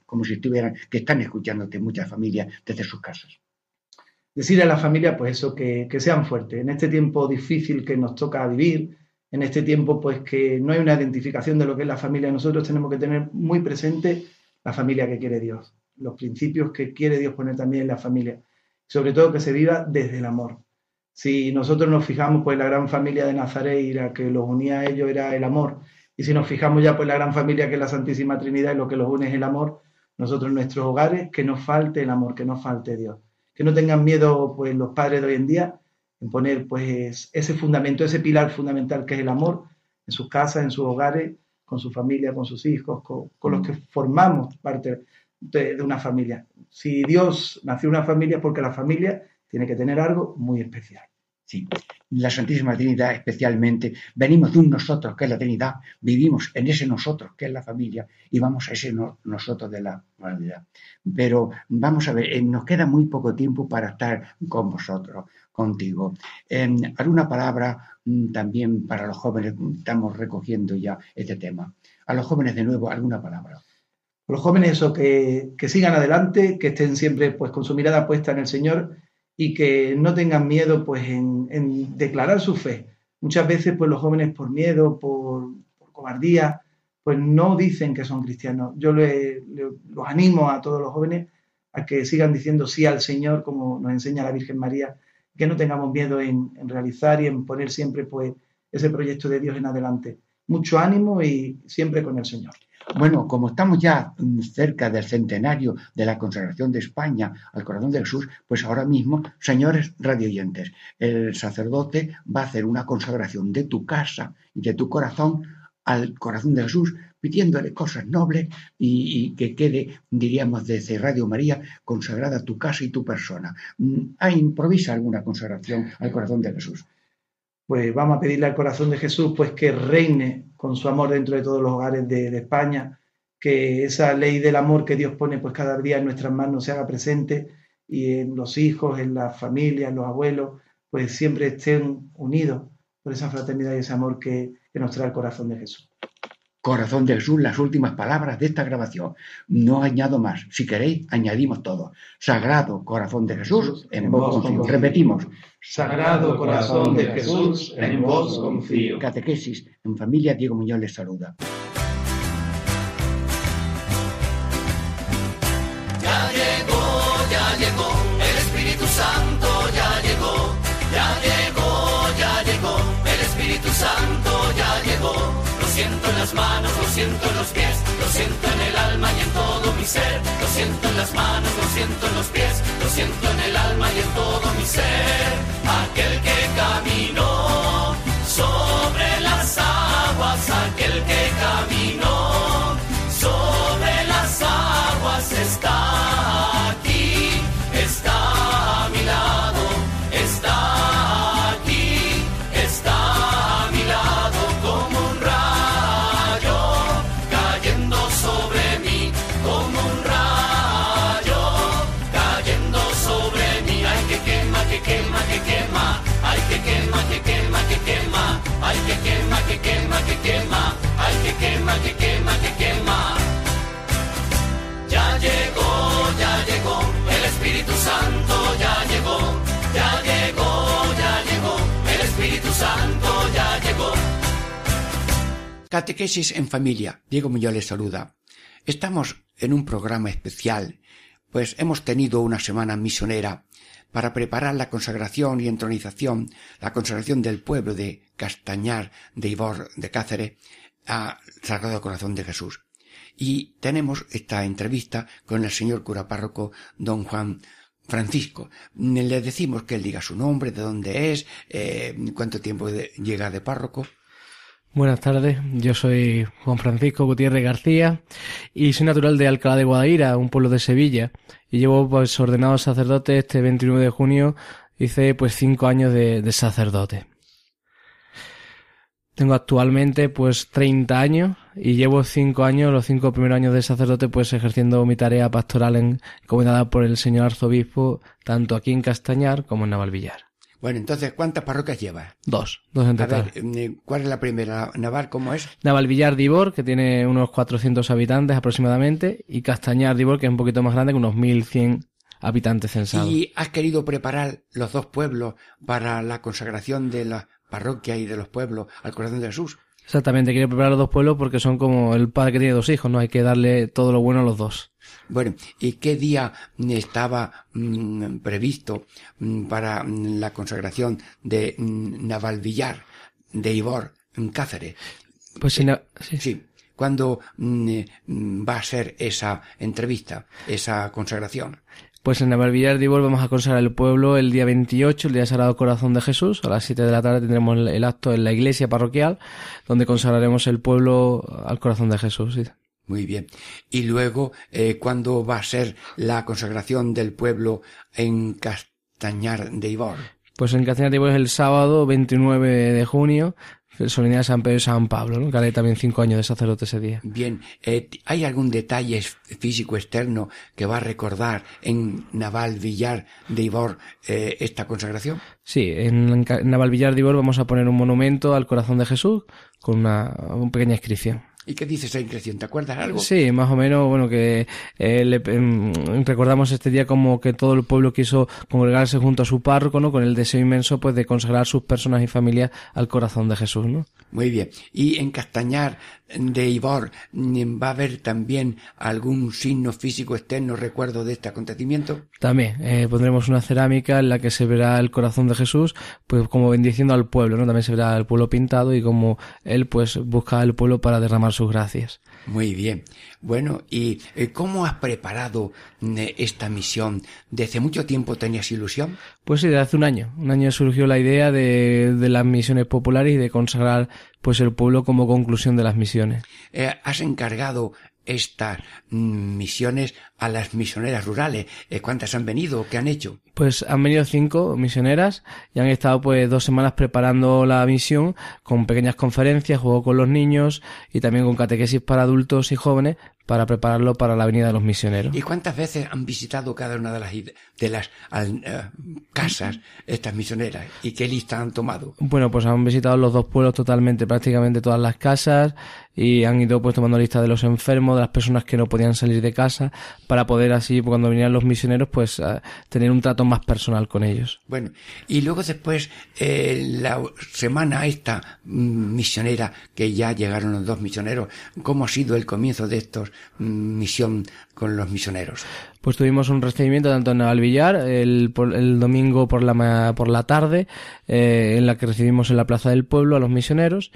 como si estuvieran, que están escuchándote muchas familias desde sus casas. Decir a la familia, pues eso, que, que sean fuertes. En este tiempo difícil que nos toca vivir, en este tiempo, pues que no hay una identificación de lo que es la familia, nosotros tenemos que tener muy presente la familia que quiere Dios, los principios que quiere Dios poner también en la familia, sobre todo que se viva desde el amor. Si nosotros nos fijamos, pues la gran familia de Nazaret y la que los unía a ellos era el amor, y si nos fijamos ya, pues la gran familia que es la Santísima Trinidad y lo que los une es el amor, nosotros en nuestros hogares, que no falte el amor, que no falte Dios. Que no tengan miedo, pues, los padres de hoy en día en poner, pues, ese fundamento, ese pilar fundamental que es el amor en sus casas, en sus hogares, con su familia, con sus hijos, con, con los que formamos parte de, de una familia. Si Dios nació una familia, porque la familia tiene que tener algo muy especial. Sí, la Santísima Trinidad especialmente, venimos de un nosotros que es la Trinidad, vivimos en ese nosotros que es la familia y vamos a ese no, nosotros de la humanidad. Pero vamos a ver, eh, nos queda muy poco tiempo para estar con vosotros, contigo. Eh, alguna palabra mm, también para los jóvenes, estamos recogiendo ya este tema. A los jóvenes de nuevo, alguna palabra. Los jóvenes eso, que, que sigan adelante, que estén siempre pues con su mirada puesta en el Señor, y que no tengan miedo pues en, en declarar su fe. Muchas veces pues los jóvenes por miedo, por, por cobardía, pues no dicen que son cristianos. Yo le, le, los animo a todos los jóvenes a que sigan diciendo sí al Señor, como nos enseña la Virgen María, que no tengamos miedo en, en realizar y en poner siempre pues ese proyecto de Dios en adelante. Mucho ánimo y siempre con el Señor. Bueno, como estamos ya cerca del centenario de la consagración de España al corazón de Jesús, pues ahora mismo, señores radioyentes, el sacerdote va a hacer una consagración de tu casa y de tu corazón al corazón de Jesús, pidiéndole cosas nobles y, y que quede, diríamos, desde Radio María, consagrada tu casa y tu persona. ¿Ah, improvisa alguna consagración al corazón de Jesús? Pues vamos a pedirle al corazón de Jesús pues que reine con su amor dentro de todos los hogares de, de España, que esa ley del amor que Dios pone pues cada día en nuestras manos se haga presente y en los hijos, en las familias, en los abuelos, pues siempre estén unidos por esa fraternidad y ese amor que, que nos trae el corazón de Jesús. Corazón de Jesús, las últimas palabras de esta grabación. No añado más. Si queréis, añadimos todo. Sagrado Corazón de Jesús, en vos confío. Repetimos. Sagrado Corazón de Jesús, en vos confío. Catequesis en familia, Diego Muñoz les saluda. Ya llegó, ya llegó, el Espíritu Santo ya llegó. Ya llegó, ya llegó, el Espíritu Santo ya llegó. Lo siento en las manos, lo siento en los pies, lo siento en el alma y en todo mi ser. Lo siento en las manos, lo siento en los pies, lo siento en el alma y en todo mi ser. Aquel que caminó sobre las aguas, aquel que caminó sobre las aguas está aquí, está a mi lado, está aquí, está a mi lado como un rayo cayendo sobre mí, como un rayo cayendo sobre mí. Ay, que quema, que quema, que quema, ay, que quema, que quema, que quema, ay, que quema, que quema, que quema, ay, que quema, que quema, que quema. Ya llegó, ya llegó, el Espíritu Santo ya llegó, ya llegó, ya llegó, el Espíritu Santo ya llegó. Catequesis en familia, Diego Muñoz les saluda. Estamos en un programa especial, pues hemos tenido una semana misionera para preparar la consagración y entronización, la consagración del pueblo de Castañar de Ibor de Cáceres al Sagrado Corazón de Jesús. Y tenemos esta entrevista con el señor cura párroco don Juan Francisco. Le decimos que él diga su nombre, de dónde es, eh, cuánto tiempo de, llega de párroco. Buenas tardes, yo soy Juan Francisco Gutiérrez García y soy natural de Alcalá de Guadaira, un pueblo de Sevilla, y llevo pues ordenado sacerdote este veintinueve de junio, hice pues cinco años de, de sacerdote. Tengo actualmente pues treinta años y llevo cinco años, los cinco primeros años de sacerdote pues ejerciendo mi tarea pastoral encomendada por el señor arzobispo tanto aquí en Castañar como en Navalvillar. Bueno, entonces, ¿cuántas parroquias llevas? Dos, dos en A total. ver, ¿cuál es la primera? ¿Naval cómo es? Navalvillar de Ibor, que tiene unos cuatrocientos habitantes aproximadamente, y Castañar de Ibor, que es un poquito más grande, con unos mil cien habitantes censados. ¿Y has querido preparar los dos pueblos para la consagración de las parroquias y de los pueblos al corazón de Jesús? Exactamente, quiero preparar los dos pueblos porque son como el padre que tiene dos hijos, ¿no? Hay que darle todo lo bueno a los dos. Bueno, ¿y qué día estaba mmm, previsto mmm, para mmm, la consagración de mmm, Navalvillar de Ibor en Cáceres? Pues sí, no, sí. Sí. ¿Cuándo mmm, va a ser esa entrevista, esa consagración? Pues en Navalvillar de Ibor vamos a consagrar el pueblo el día veintiocho, el día Sagrado Corazón de Jesús. A las siete de la tarde tendremos el, el acto en la iglesia parroquial, donde consagraremos el pueblo al corazón de Jesús. Sí. Muy bien. Y luego, eh, ¿cuándo va a ser la consagración del pueblo en Castañar de Ibor? Pues en Castañar de Ibor es el sábado veintinueve de junio, solemnidad de San Pedro y San Pablo, ¿no? Que haré también cinco años de sacerdote ese día. Bien, eh, ¿hay algún detalle físico externo que va a recordar en Navalvillar de Ibor eh, esta consagración? Sí, en Navalvillar de Ibor vamos a poner un monumento al corazón de Jesús con una, una pequeña inscripción. ¿Y qué dice esa inscripción? ¿Te acuerdas algo? Sí, más o menos, bueno, que eh, le, eh, recordamos este día como que todo el pueblo quiso congregarse junto a su párroco, ¿no? Con el deseo inmenso, pues, de consagrar sus personas y familias al corazón de Jesús, ¿no? Muy bien. ¿Y en Castañar de Ibor va a haber también algún signo físico externo recuerdo de este acontecimiento? También, eh, pondremos una cerámica en la que se verá el corazón de Jesús, pues como bendiciendo al pueblo, ¿no? También se verá el pueblo pintado y como él, pues, busca al pueblo para derramar sus gracias. Muy bien. Bueno, ¿y cómo has preparado esta misión? ¿Desde mucho tiempo tenías ilusión? Pues sí, desde hace un año. Un año surgió la idea de, de las misiones populares y de consagrar pues el pueblo como conclusión de las misiones. Eh, ¿Has encargado estas mm, misiones a las misioneras rurales? Eh, ¿Cuántas han venido? ¿Qué han hecho? Pues han venido cinco misioneras y han estado pues dos semanas preparando la misión con pequeñas conferencias, juego con los niños y también con catequesis para adultos y jóvenes para prepararlo para la venida de los misioneros. ¿Y cuántas veces han visitado cada una de las de las uh, casas estas misioneras? ¿Y qué lista han tomado? Bueno, pues han visitado los dos pueblos totalmente, prácticamente todas las casas y han ido pues tomando lista de los enfermos, de las personas que no podían salir de casa para poder así, cuando vinieran los misioneros, pues uh, tener un trato más personal con ellos. Bueno, y luego después eh, la semana esta mm, misionera, que ya llegaron los dos misioneros, ¿cómo ha sido el comienzo de estos mm, misión con los misioneros? Pues tuvimos un recibimiento tanto en Navalvillar el, el domingo por la por la tarde, eh, en la que recibimos en la plaza del pueblo a los misioneros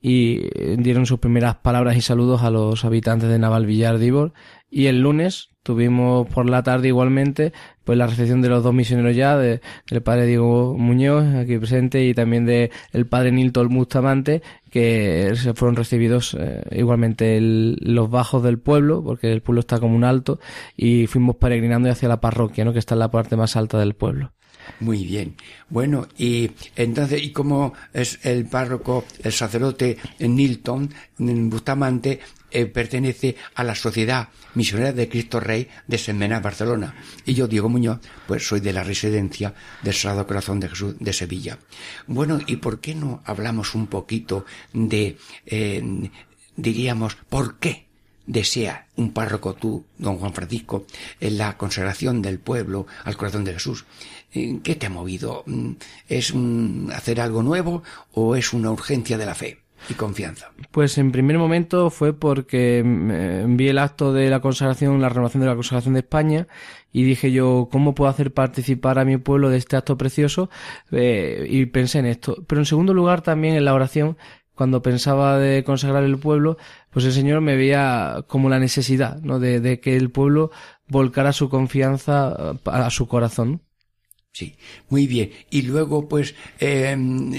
y dieron sus primeras palabras y saludos a los habitantes de Navalvillar de Ibor. Y el lunes tuvimos por la tarde igualmente pues la recepción de los dos misioneros ya, de, del padre Diego Muñoz, aquí presente, y también de el padre Nilton Bustamante, que se fueron recibidos eh, igualmente el, los bajos del pueblo, porque el pueblo está como un alto, y fuimos peregrinando hacia la parroquia, ¿no? Que está en la parte más alta del pueblo. Muy bien. Bueno, y entonces, ¿y cómo es el párroco, el sacerdote Nilton Bustamante, eh, pertenece a la Sociedad Misionera de Cristo Rey de Sentmenat, Barcelona? Y yo, Diego Muñoz, pues soy de la residencia del Sagrado Corazón de Jesús de Sevilla. Bueno, ¿y por qué no hablamos un poquito de, eh, diríamos, por qué desea un párroco, tú, don Juan Francisco, en la consagración del pueblo al corazón de Jesús? ¿Qué te ha movido? ¿Es un hacer algo nuevo o es una urgencia de la fe y confianza? Pues en primer momento fue porque vi el acto de la consagración, la renovación de la consagración de España, y dije yo, ¿cómo puedo hacer participar a mi pueblo de este acto precioso? Eh, y pensé en esto. Pero en segundo lugar también en la oración, cuando pensaba de consagrar el pueblo, pues el Señor me veía como la necesidad, ¿no? De, de que el pueblo volcara su confianza a, a su corazón. Sí, muy bien. Y luego, pues, eh,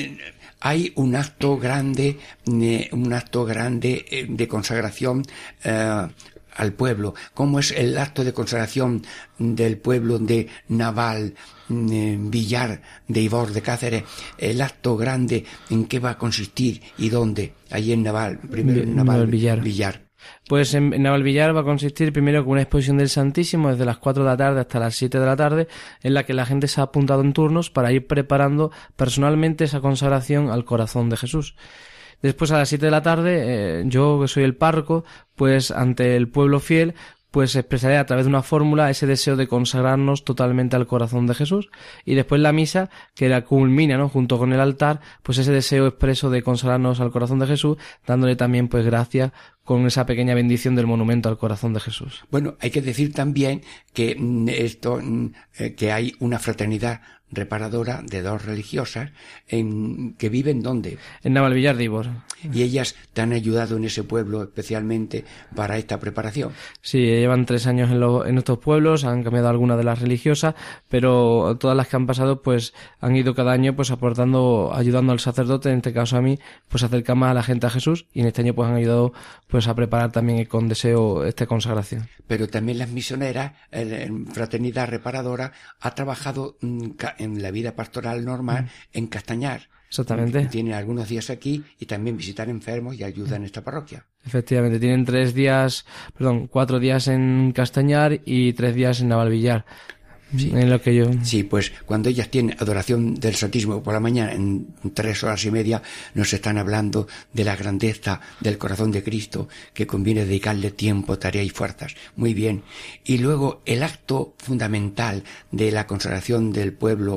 hay un acto grande, eh, un acto grande eh, de consagración eh, al pueblo. ¿Cómo es el acto de consagración del pueblo de Naval eh, Villar de Ibor de Cáceres? El acto grande, ¿en qué va a consistir y dónde? Allí en Naval, primero en Naval Villar. Villar. Pues en, en Navalvillar va a consistir primero con una exposición del Santísimo desde las cuatro de la tarde hasta las siete de la tarde, en la que la gente se ha apuntado en turnos para ir preparando personalmente esa consagración al corazón de Jesús. Después a las siete de la tarde, eh, yo que soy el párroco, pues ante el pueblo fiel, pues expresaré a través de una fórmula ese deseo de consagrarnos totalmente al corazón de Jesús, y después la misa, que la culmina, ¿no?, junto con el altar, pues ese deseo expreso de consagrarnos al corazón de Jesús, dándole también pues gracias con esa pequeña bendición del monumento al corazón de Jesús. Bueno, hay que decir también que esto, que hay una fraternidad reparadora de dos religiosas en, que viven ¿dónde? En Navalvillar de Ibor. Y ellas te han ayudado en ese pueblo especialmente para esta preparación. Sí, llevan tres años en, lo, en estos pueblos, han cambiado algunas de las religiosas, pero todas las que han pasado pues han ido cada año pues aportando, ayudando al sacerdote, en este caso a mí, pues acercar más a la gente a Jesús, y en este año pues han ayudado pues a preparar también con deseo esta consagración. Pero también las misioneras, en Fraternidad Reparadora, ha trabajado en la vida pastoral normal mm. en Castañar. Exactamente. Tienen algunos días aquí y también visitar enfermos y ayuda en esta parroquia. Efectivamente, tienen tres días, perdón, cuatro días en Castañar y tres días en Navalvillar. Sí. En lo que yo... sí, pues cuando ellas tienen adoración del Santísimo por la mañana, en tres horas y media, nos están hablando de la grandeza del corazón de Cristo, que conviene dedicarle tiempo, tarea y fuerzas. Muy bien. Y luego el acto fundamental de la consagración del pueblo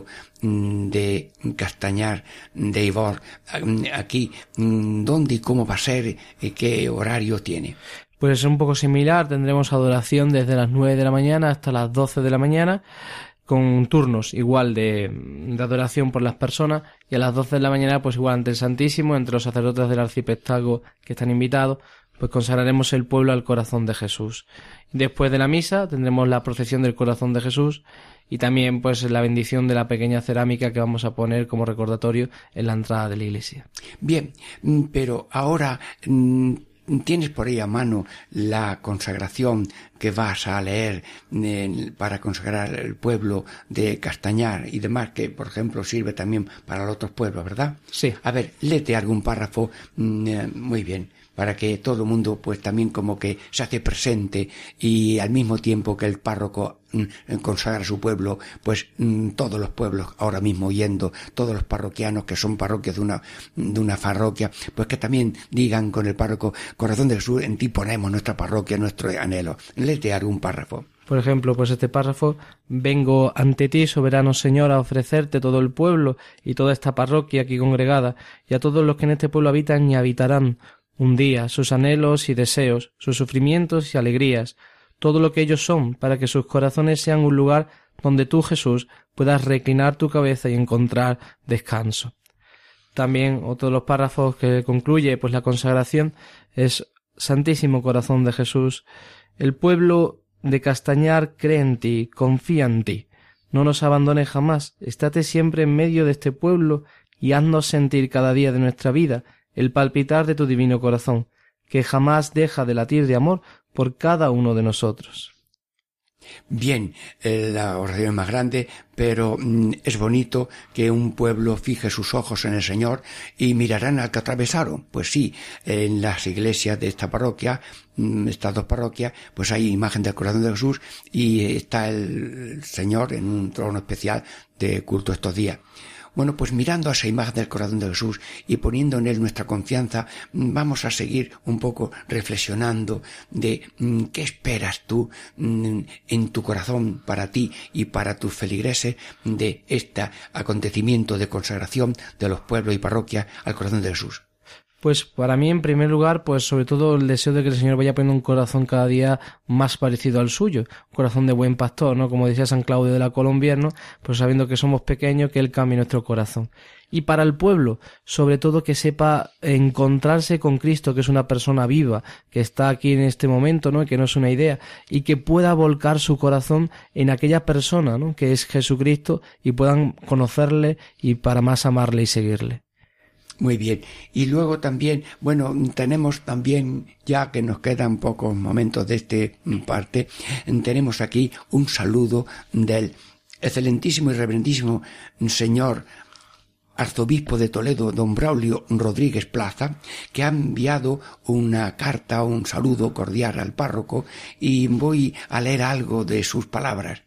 de Castañar, de Ibor, aquí, ¿dónde y cómo va a ser? ¿Qué horario tiene? Pues es un poco similar, tendremos adoración desde las nueve de la mañana hasta las doce de la mañana, con turnos igual de, de adoración por las personas, y a las doce de la mañana pues igual ante el Santísimo, entre los sacerdotes del arciprestazgo que están invitados, pues consagraremos el pueblo al corazón de Jesús. Después de la misa tendremos la procesión del corazón de Jesús y también pues la bendición de la pequeña cerámica que vamos a poner como recordatorio en la entrada de la iglesia. Bien, pero ahora... ¿tienes por ahí a mano la consagración que vas a leer eh, para consagrar el pueblo de Castañar y demás, que por ejemplo sirve también para los otros pueblos, ¿verdad? Sí. A ver, léete algún párrafo, mm, eh, muy bien, para que todo el mundo pues también como que se hace presente y al mismo tiempo que el párroco mm, consagra su pueblo, pues mm, todos los pueblos ahora mismo oyendo, todos los parroquianos que son parroquias de una, de una parroquia, pues que también digan con el párroco: corazón de Jesús, en ti ponemos nuestra parroquia, nuestro anhelo. Léete algún párrafo. Por ejemplo, pues este párrafo: vengo ante ti, soberano Señor, a ofrecerte todo el pueblo y toda esta parroquia aquí congregada, y a todos los que en este pueblo habitan y habitarán un día, sus anhelos y deseos, sus sufrimientos y alegrías, todo lo que ellos son, para que sus corazones sean un lugar donde tú, Jesús, puedas reclinar tu cabeza y encontrar descanso. También otro de los párrafos que concluye pues la consagración es: Santísimo Corazón de Jesús, el pueblo de Castañar cree en ti, confía en ti. No nos abandones jamás, estate siempre en medio de este pueblo y haznos sentir cada día de nuestra vida el palpitar de tu divino corazón, que jamás deja de latir de amor por cada uno de nosotros. Bien, eh, la oración es más grande, pero mm, es bonito que un pueblo fije sus ojos en el Señor y mirarán al que atravesaron. Pues sí, en las iglesias de esta parroquia, mm, estas dos parroquias, pues hay imagen del corazón de Jesús y está el Señor en un trono especial de culto estos días. Bueno, pues mirando a esa imagen del corazón de Jesús y poniendo en él nuestra confianza, vamos a seguir un poco reflexionando de mm, qué esperas tú mm, en tu corazón para ti y para tus feligreses de este acontecimiento de consagración de los pueblos y parroquias al corazón de Jesús. Pues para mí, en primer lugar, pues sobre todo el deseo de que el Señor vaya poniendo un corazón cada día más parecido al suyo, un corazón de buen pastor, ¿no? Como decía San Claudio de la Colombier, ¿no? Pues sabiendo que somos pequeños, que Él cambie nuestro corazón. Y para el pueblo, sobre todo que sepa encontrarse con Cristo, que es una persona viva, que está aquí en este momento, ¿no? Y que no es una idea, y que pueda volcar su corazón en aquella persona, ¿no? Que es Jesucristo, y puedan conocerle y para más amarle y seguirle. Muy bien. Y luego también, bueno, tenemos también, ya que nos quedan pocos momentos de este parte, tenemos aquí un saludo del excelentísimo y reverendísimo señor arzobispo de Toledo, don Braulio Rodríguez Plaza, que ha enviado una carta, un saludo cordial al párroco, y voy a leer algo de sus palabras.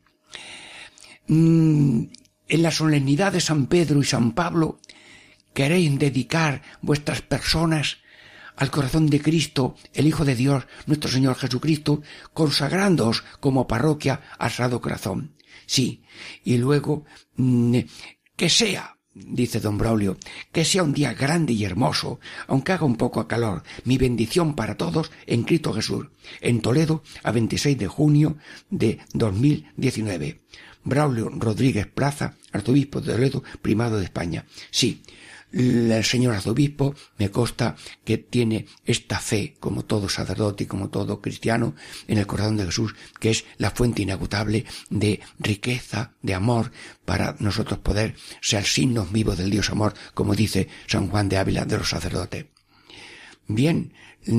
Mm, en la solemnidad de San Pedro y San Pablo, queréis dedicar vuestras personas al corazón de Cristo, el Hijo de Dios, nuestro Señor Jesucristo, consagrándoos como parroquia al Sagrado Corazón. Sí, y luego, mm, que sea, dice don Braulio, que sea un día grande y hermoso, aunque haga un poco de calor, mi bendición para todos en Cristo Jesús, en Toledo, a veintiséis de junio de dos mil diecinueve. Braulio Rodríguez Plaza, arzobispo de Toledo, primado de España. Sí, el señor arzobispo me consta que tiene esta fe, como todo sacerdote y como todo cristiano, en el corazón de Jesús, que es la fuente inagotable de riqueza, de amor, para nosotros poder ser signos vivos del Dios amor, como dice San Juan de Ávila de los sacerdotes. Bien,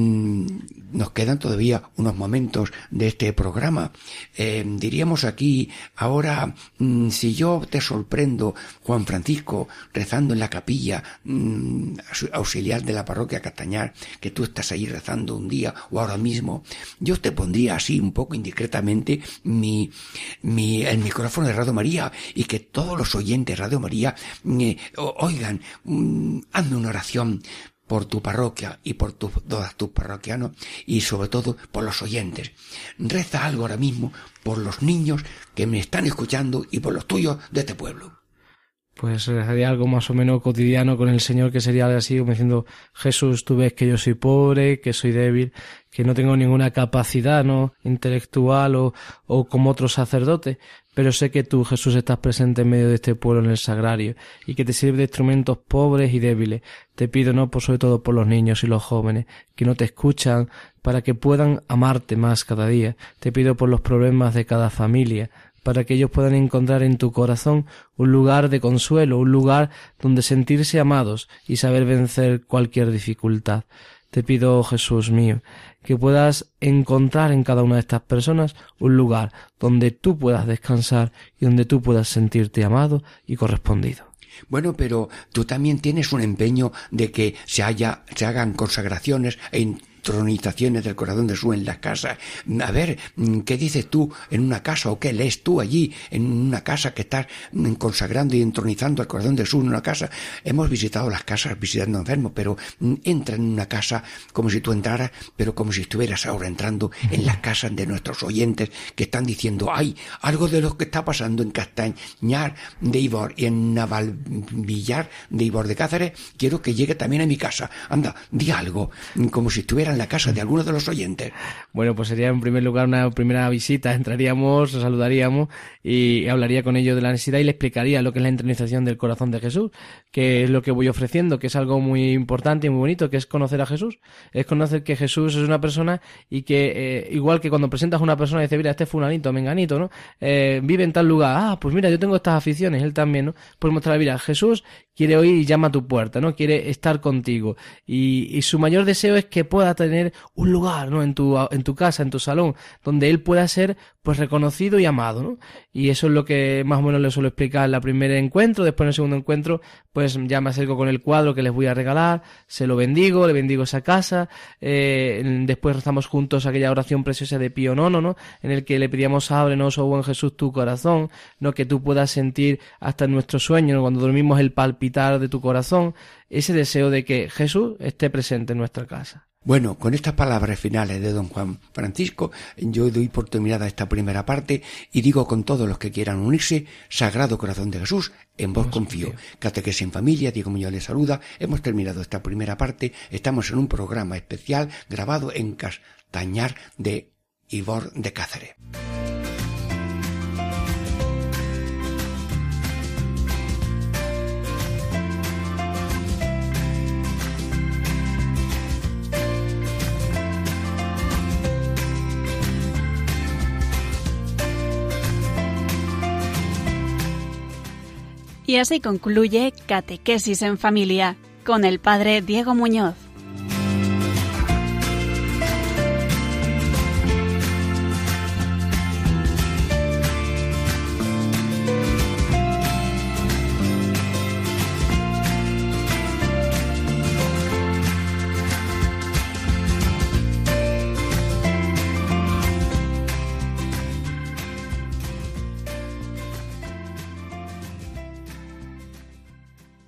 nos quedan todavía unos momentos de este programa. Eh, diríamos aquí, ahora, mmm, si yo te sorprendo, Juan Francisco, rezando en la capilla mmm, auxiliar de la parroquia Castañar, que tú estás ahí rezando un día o ahora mismo, yo te pondría así un poco indiscretamente mi, mi, el micrófono de Radio María, y que todos los oyentes de Radio María eh, oigan, mmm, hazme una oración por tu parroquia y por tu, todos tus parroquianos, y sobre todo por los oyentes. Reza algo ahora mismo por los niños que me están escuchando y por los tuyos de este pueblo. Pues rezaría algo más o menos cotidiano con el Señor, que sería algo así como diciendo: Jesús, tú ves que yo soy pobre, que soy débil, que no tengo ninguna capacidad, ¿no?, intelectual o, o como otros sacerdotes, pero sé que tú, Jesús, estás presente en medio de este pueblo en el sagrario, y que te sirve de instrumentos pobres y débiles. Te pido, no, por sobre todo por los niños y los jóvenes, que no te escuchan, para que puedan amarte más cada día. Te pido por los problemas de cada familia, para que ellos puedan encontrar en tu corazón un lugar de consuelo, un lugar donde sentirse amados y saber vencer cualquier dificultad. Te pido, Jesús mío, que puedas encontrar en cada una de estas personas un lugar donde tú puedas descansar y donde tú puedas sentirte amado y correspondido. Bueno, pero tú también tienes un empeño de que se haya, se hagan consagraciones e entronizaciones del corazón de Jesús en las casas. A ver, ¿qué dices tú en una casa, o qué lees tú allí en una casa que estás consagrando y entronizando al corazón de Jesús en una casa? Hemos visitado las casas visitando enfermos, pero entra en una casa como si tú entraras, pero como si estuvieras ahora entrando en las casas de nuestros oyentes que están diciendo: ay, algo de lo que está pasando en Castañar de Ibor y en Navalvillar de Ibor de Cáceres, quiero que llegue también a mi casa. Anda, di algo, como si estuviera en la casa de alguno de los oyentes. Bueno, pues sería en primer lugar una primera visita. Entraríamos, los saludaríamos y hablaría con ellos de la necesidad y le explicaría lo que es la entronización del corazón de Jesús, que es lo que voy ofreciendo, que es algo muy importante y muy bonito, que es conocer a Jesús. Es conocer que Jesús es una persona, y que eh, igual que cuando presentas a una persona y dices: mira, este fulanito, menganito, ¿no? Eh, vive en tal lugar. Ah, pues mira, yo tengo estas aficiones, él también, ¿no? Pues mostrar, mira, Jesús quiere oír y llama a tu puerta, ¿no? Quiere estar contigo. Y, y su mayor deseo es que pueda tener un lugar, ¿no?, en tu, en tu casa, en tu salón, donde él pueda ser, pues, reconocido y amado, ¿no? Y eso es lo que más o menos le suelo explicar en el primer encuentro. Después, en el segundo encuentro, pues ya me acerco con el cuadro que les voy a regalar, se lo bendigo, le bendigo esa casa. Eh, después rezamos juntos aquella oración preciosa de Pío nono, ¿no?, en el que le pedíamos: ábrenos, oh buen Jesús, tu corazón, ¿no?, que tú puedas sentir hasta en nuestro sueño, ¿no?, cuando dormimos, el palpitar de tu corazón, ese deseo de que Jesús esté presente en nuestra casa. Bueno, con estas palabras finales de don Juan Francisco, yo doy por terminada esta primera parte y digo con todos los que quieran unirse: Sagrado Corazón de Jesús, en vos confío. Catequesis en familia, Diego Muñoz les saluda. Hemos terminado esta primera parte. Estamos en un programa especial grabado en Castañar de Ibor de Cáceres. Y así concluye Catequesis en Familia con el Padre Diego Muñoz.